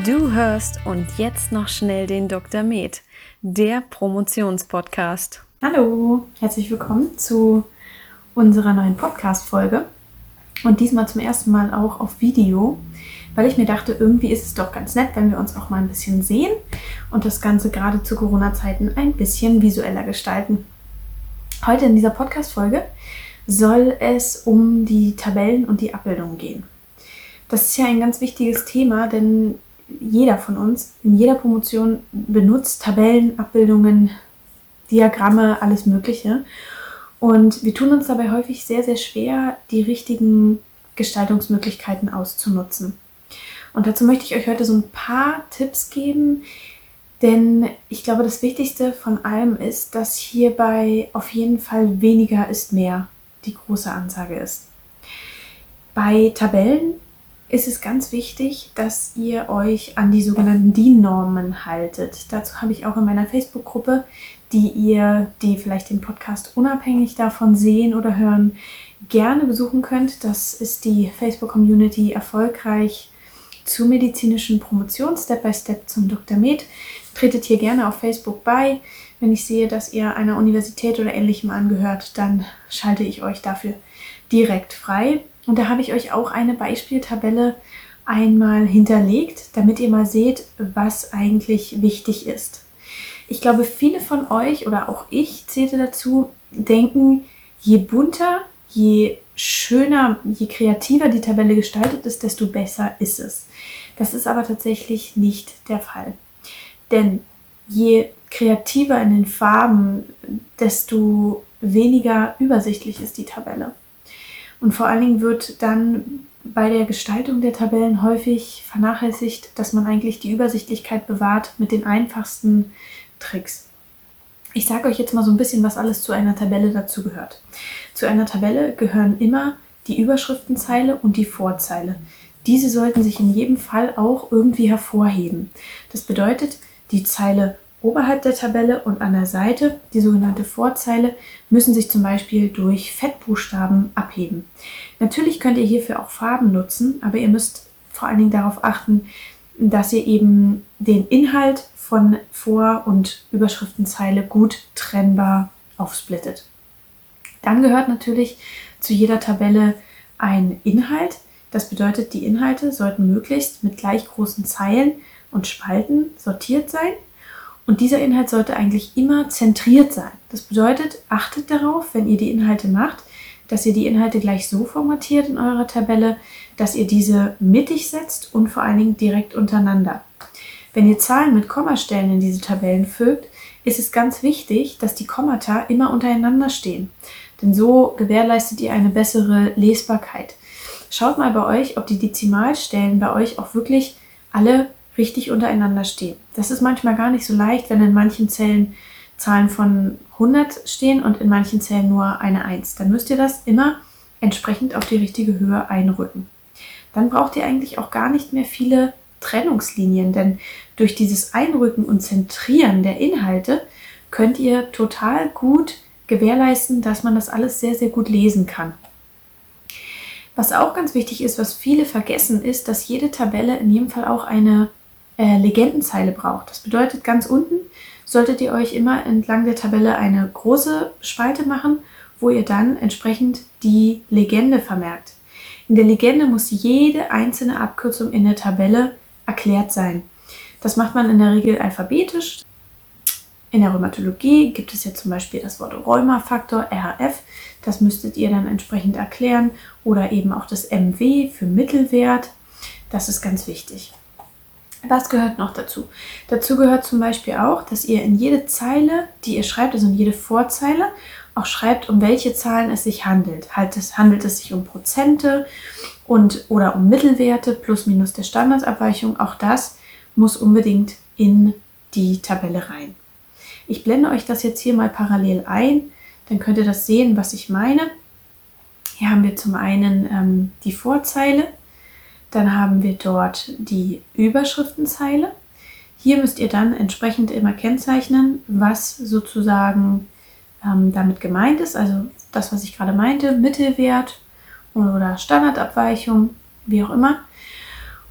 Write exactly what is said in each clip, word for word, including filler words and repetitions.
Du hörst und jetzt noch schnell den Doktor Med, der Promotionspodcast. Hallo, herzlich willkommen zu unserer neuen Podcast-Folge und diesmal zum ersten Mal auch auf Video, weil ich mir dachte, irgendwie ist es doch ganz nett, wenn wir uns auch mal ein bisschen sehen und das Ganze gerade zu Corona-Zeiten ein bisschen visueller gestalten. Heute in dieser Podcast-Folge soll es um die Tabellen und die Abbildungen gehen. Das ist ja ein ganz wichtiges Thema, denn jeder von uns in jeder Promotion benutzt Tabellen, Abbildungen, Diagramme, alles Mögliche. Und wir tun uns dabei häufig sehr, sehr schwer, die richtigen Gestaltungsmöglichkeiten auszunutzen. Und dazu möchte ich euch heute so ein paar Tipps geben, denn ich glaube, das Wichtigste von allem ist, dass hierbei auf jeden Fall weniger ist mehr die große Ansage ist. Bei Tabellen ist es ganz wichtig, dass ihr euch an die sogenannten D I N-Normen haltet. Dazu habe ich auch in meiner Facebook-Gruppe, die ihr, die vielleicht den Podcast unabhängig davon sehen oder hören, gerne besuchen könnt. Das ist die Facebook-Community Erfolgreich zur medizinischen Promotion, Step by Step zum Doktor Med. Tretet hier gerne auf Facebook bei. Wenn ich sehe, dass ihr einer Universität oder Ähnlichem angehört, dann schalte ich euch dafür direkt frei. Und da habe ich euch auch eine Beispieltabelle einmal hinterlegt, damit ihr mal seht, was eigentlich wichtig ist. Ich glaube, viele von euch oder auch ich zählte dazu, denken, je bunter, je schöner, je kreativer die Tabelle gestaltet ist, desto besser ist es. Das ist aber tatsächlich nicht der Fall. Denn je kreativer in den Farben, desto weniger übersichtlich ist die Tabelle. Und vor allen Dingen wird dann bei der Gestaltung der Tabellen häufig vernachlässigt, dass man eigentlich die Übersichtlichkeit bewahrt mit den einfachsten Tricks. Ich sage euch jetzt mal so ein bisschen, was alles zu einer Tabelle dazu gehört. Zu einer Tabelle gehören immer die Überschriftenzeile und die Vorzeile. Diese sollten sich in jedem Fall auch irgendwie hervorheben. Das bedeutet, die Zeile oberhalb der Tabelle und an der Seite, die sogenannte Vorzeile, müssen sich zum Beispiel durch Fettbuchstaben abheben. Natürlich könnt ihr hierfür auch Farben nutzen, aber ihr müsst vor allen Dingen darauf achten, dass ihr eben den Inhalt von Vor- und Überschriftenzeile gut trennbar aufsplittet. Dann gehört natürlich zu jeder Tabelle ein Inhalt. Das bedeutet, die Inhalte sollten möglichst mit gleich großen Zeilen und Spalten sortiert sein. Und dieser Inhalt sollte eigentlich immer zentriert sein. Das bedeutet, achtet darauf, wenn ihr die Inhalte macht, dass ihr die Inhalte gleich so formatiert in eurer Tabelle, dass ihr diese mittig setzt und vor allen Dingen direkt untereinander. Wenn ihr Zahlen mit Kommastellen in diese Tabellen fügt, ist es ganz wichtig, dass die Kommata immer untereinander stehen. Denn so gewährleistet ihr eine bessere Lesbarkeit. Schaut mal bei euch, ob die Dezimalstellen bei euch auch wirklich alle richtig untereinander stehen. Das ist manchmal gar nicht so leicht, wenn in manchen Zellen Zahlen von hundert stehen und in manchen Zellen nur eine eins. Dann müsst ihr das immer entsprechend auf die richtige Höhe einrücken. Dann braucht ihr eigentlich auch gar nicht mehr viele Trennungslinien, denn durch dieses Einrücken und Zentrieren der Inhalte könnt ihr total gut gewährleisten, dass man das alles sehr, sehr gut lesen kann. Was auch ganz wichtig ist, was viele vergessen, ist, dass jede Tabelle in jedem Fall auch eine äh, Legendenzeile braucht. Das bedeutet, ganz unten solltet ihr euch immer entlang der Tabelle eine große Spalte machen, wo ihr dann entsprechend die Legende vermerkt. In der Legende muss jede einzelne Abkürzung in der Tabelle erklärt sein. Das macht man in der Regel alphabetisch. In der Rheumatologie gibt es ja zum Beispiel das Wort Rheumafaktor, R H F. Das müsstet ihr dann entsprechend erklären. Oder eben auch das M W für Mittelwert. Das ist ganz wichtig. Was gehört noch dazu? Dazu gehört zum Beispiel auch, dass ihr in jede Zeile, die ihr schreibt, also in jede Vorzeile, auch schreibt, um welche Zahlen es sich handelt. Halt, es handelt es sich um Prozente und, oder um Mittelwerte plus minus der Standardabweichung. Auch das muss unbedingt in die Tabelle rein. Ich blende euch das jetzt hier mal parallel ein, dann könnt ihr das sehen, was ich meine. Hier haben wir zum einen ähm, die Vorzeile, dann haben wir dort die Überschriftenzeile. Hier müsst ihr dann entsprechend immer kennzeichnen, was sozusagen ähm, damit gemeint ist. Also das, was ich gerade meinte, Mittelwert oder Standardabweichung, wie auch immer.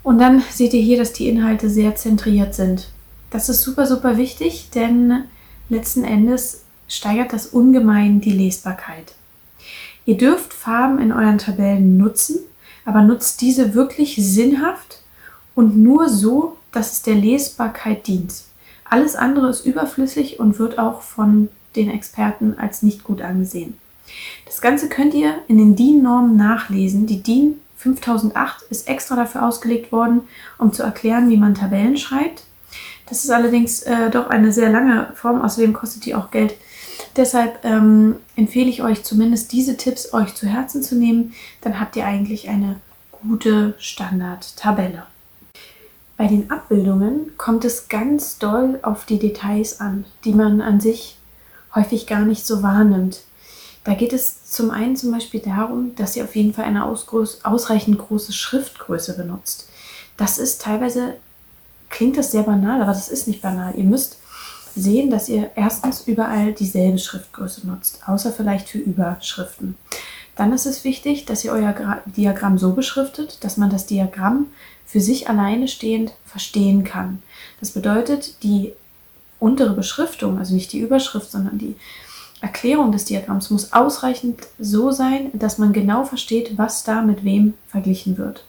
Und dann seht ihr hier, dass die Inhalte sehr zentriert sind. Das ist super, super wichtig, denn letzten Endes steigert das ungemein die Lesbarkeit. Ihr dürft Farben in euren Tabellen nutzen, aber nutzt diese wirklich sinnhaft und nur so, dass es der Lesbarkeit dient. Alles andere ist überflüssig und wird auch von den Experten als nicht gut angesehen. Das Ganze könnt ihr in den D I N-Normen nachlesen. Die D I N fünftausendacht ist extra dafür ausgelegt worden, um zu erklären, wie man Tabellen schreibt. Das ist allerdings äh, doch eine sehr lange Form, außerdem kostet die auch Geld. Deshalb ähm, empfehle ich euch zumindest diese Tipps euch zu Herzen zu nehmen. Dann habt ihr eigentlich eine gute Standard-Tabelle. Bei den Abbildungen kommt es ganz doll auf die Details an, die man an sich häufig gar nicht so wahrnimmt. Da geht es zum einen zum Beispiel darum, dass ihr auf jeden Fall eine ausgroß, ausreichend große Schriftgröße benutzt. Das ist teilweise, klingt das sehr banal, aber das ist nicht banal. Ihr müsst sehen, dass ihr erstens überall dieselbe Schriftgröße nutzt, außer vielleicht für Überschriften. Dann ist es wichtig, dass ihr euer Gra- Diagramm so beschriftet, dass man das Diagramm für sich alleine stehend verstehen kann. Das bedeutet, die untere Beschriftung, also nicht die Überschrift, sondern die Erklärung des Diagramms muss ausreichend so sein, dass man genau versteht, was da mit wem verglichen wird.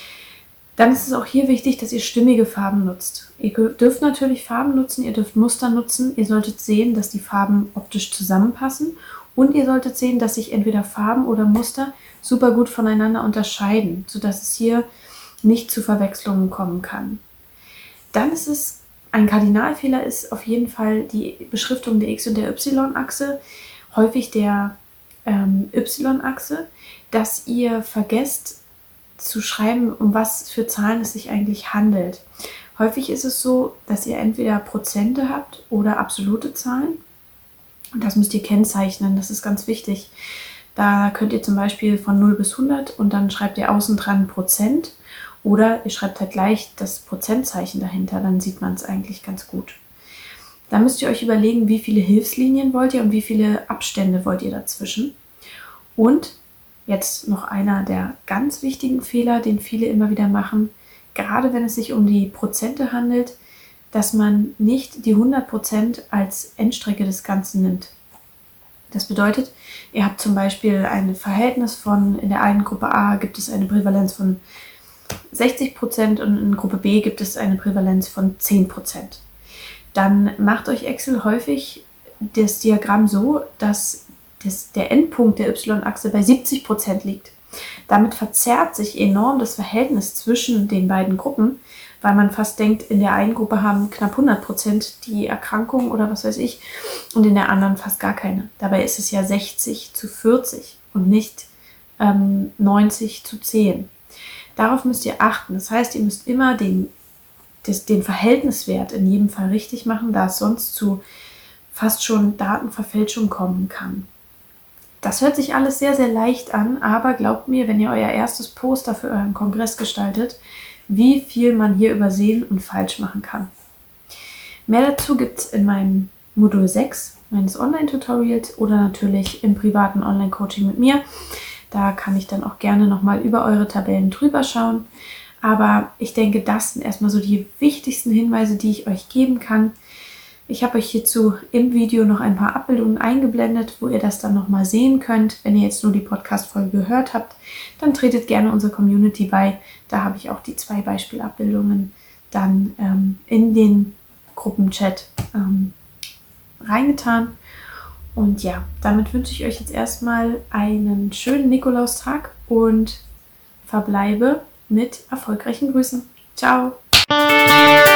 Dann ist es auch hier wichtig, dass ihr stimmige Farben nutzt. Ihr dürft natürlich Farben nutzen, ihr dürft Muster nutzen. Ihr solltet sehen, dass die Farben optisch zusammenpassen. Und ihr solltet sehen, dass sich entweder Farben oder Muster super gut voneinander unterscheiden, sodass es hier nicht zu Verwechslungen kommen kann. Dann ist es, ein Kardinalfehler ist auf jeden Fall die Beschriftung der X- und der Y-Achse, häufig der ähm, Y-Achse, dass ihr vergesst, zu schreiben, um was für Zahlen es sich eigentlich handelt. Häufig ist es so, dass ihr entweder Prozente habt oder absolute Zahlen. Und das müsst ihr kennzeichnen, das ist ganz wichtig. Da könnt ihr zum Beispiel von null bis hundert und dann schreibt ihr außen dran Prozent oder ihr schreibt halt gleich das Prozentzeichen dahinter, dann sieht man es eigentlich ganz gut. Da müsst ihr euch überlegen, wie viele Hilfslinien wollt ihr und wie viele Abstände wollt ihr dazwischen. Und jetzt noch einer der ganz wichtigen Fehler, den viele immer wieder machen, gerade wenn es sich um die Prozente handelt, dass man nicht die hundert Prozent als Endstrecke des Ganzen nimmt. Das bedeutet, ihr habt zum Beispiel ein Verhältnis von, in der einen Gruppe A gibt es eine Prävalenz von sechzig Prozent und in Gruppe B gibt es eine Prävalenz von zehn Prozent. Dann macht euch Excel häufig das Diagramm so, dass das, der Endpunkt der Y-Achse bei siebzig Prozent liegt. Damit verzerrt sich enorm das Verhältnis zwischen den beiden Gruppen, weil man fast denkt, in der einen Gruppe haben knapp hundert Prozent die Erkrankung oder was weiß ich und in der anderen fast gar keine. Dabei ist es ja sechzig zu vierzig und nicht ähm, neunzig zu zehn. Darauf müsst ihr achten. Das heißt, ihr müsst immer den, des, den Verhältniswert in jedem Fall richtig machen, da es sonst zu fast schon Datenverfälschung kommen kann. Das hört sich alles sehr, sehr leicht an, aber glaubt mir, wenn ihr euer erstes Poster für euren Kongress gestaltet, wie viel man hier übersehen und falsch machen kann. Mehr dazu gibt es in meinem Modul sechs meines Online-Tutorials oder natürlich im privaten Online-Coaching mit mir. Da kann ich dann auch gerne nochmal über eure Tabellen drüber schauen. Aber ich denke, das sind erstmal so die wichtigsten Hinweise, die ich euch geben kann. Ich habe euch hierzu im Video noch ein paar Abbildungen eingeblendet, wo ihr das dann nochmal sehen könnt. Wenn ihr jetzt nur die Podcast-Folge gehört habt, dann tretet gerne unserer Community bei. Da habe ich auch die zwei Beispielabbildungen dann ähm, in den Gruppenchat ähm, reingetan. Und ja, damit wünsche ich euch jetzt erstmal einen schönen Nikolaustag und verbleibe mit erfolgreichen Grüßen. Ciao!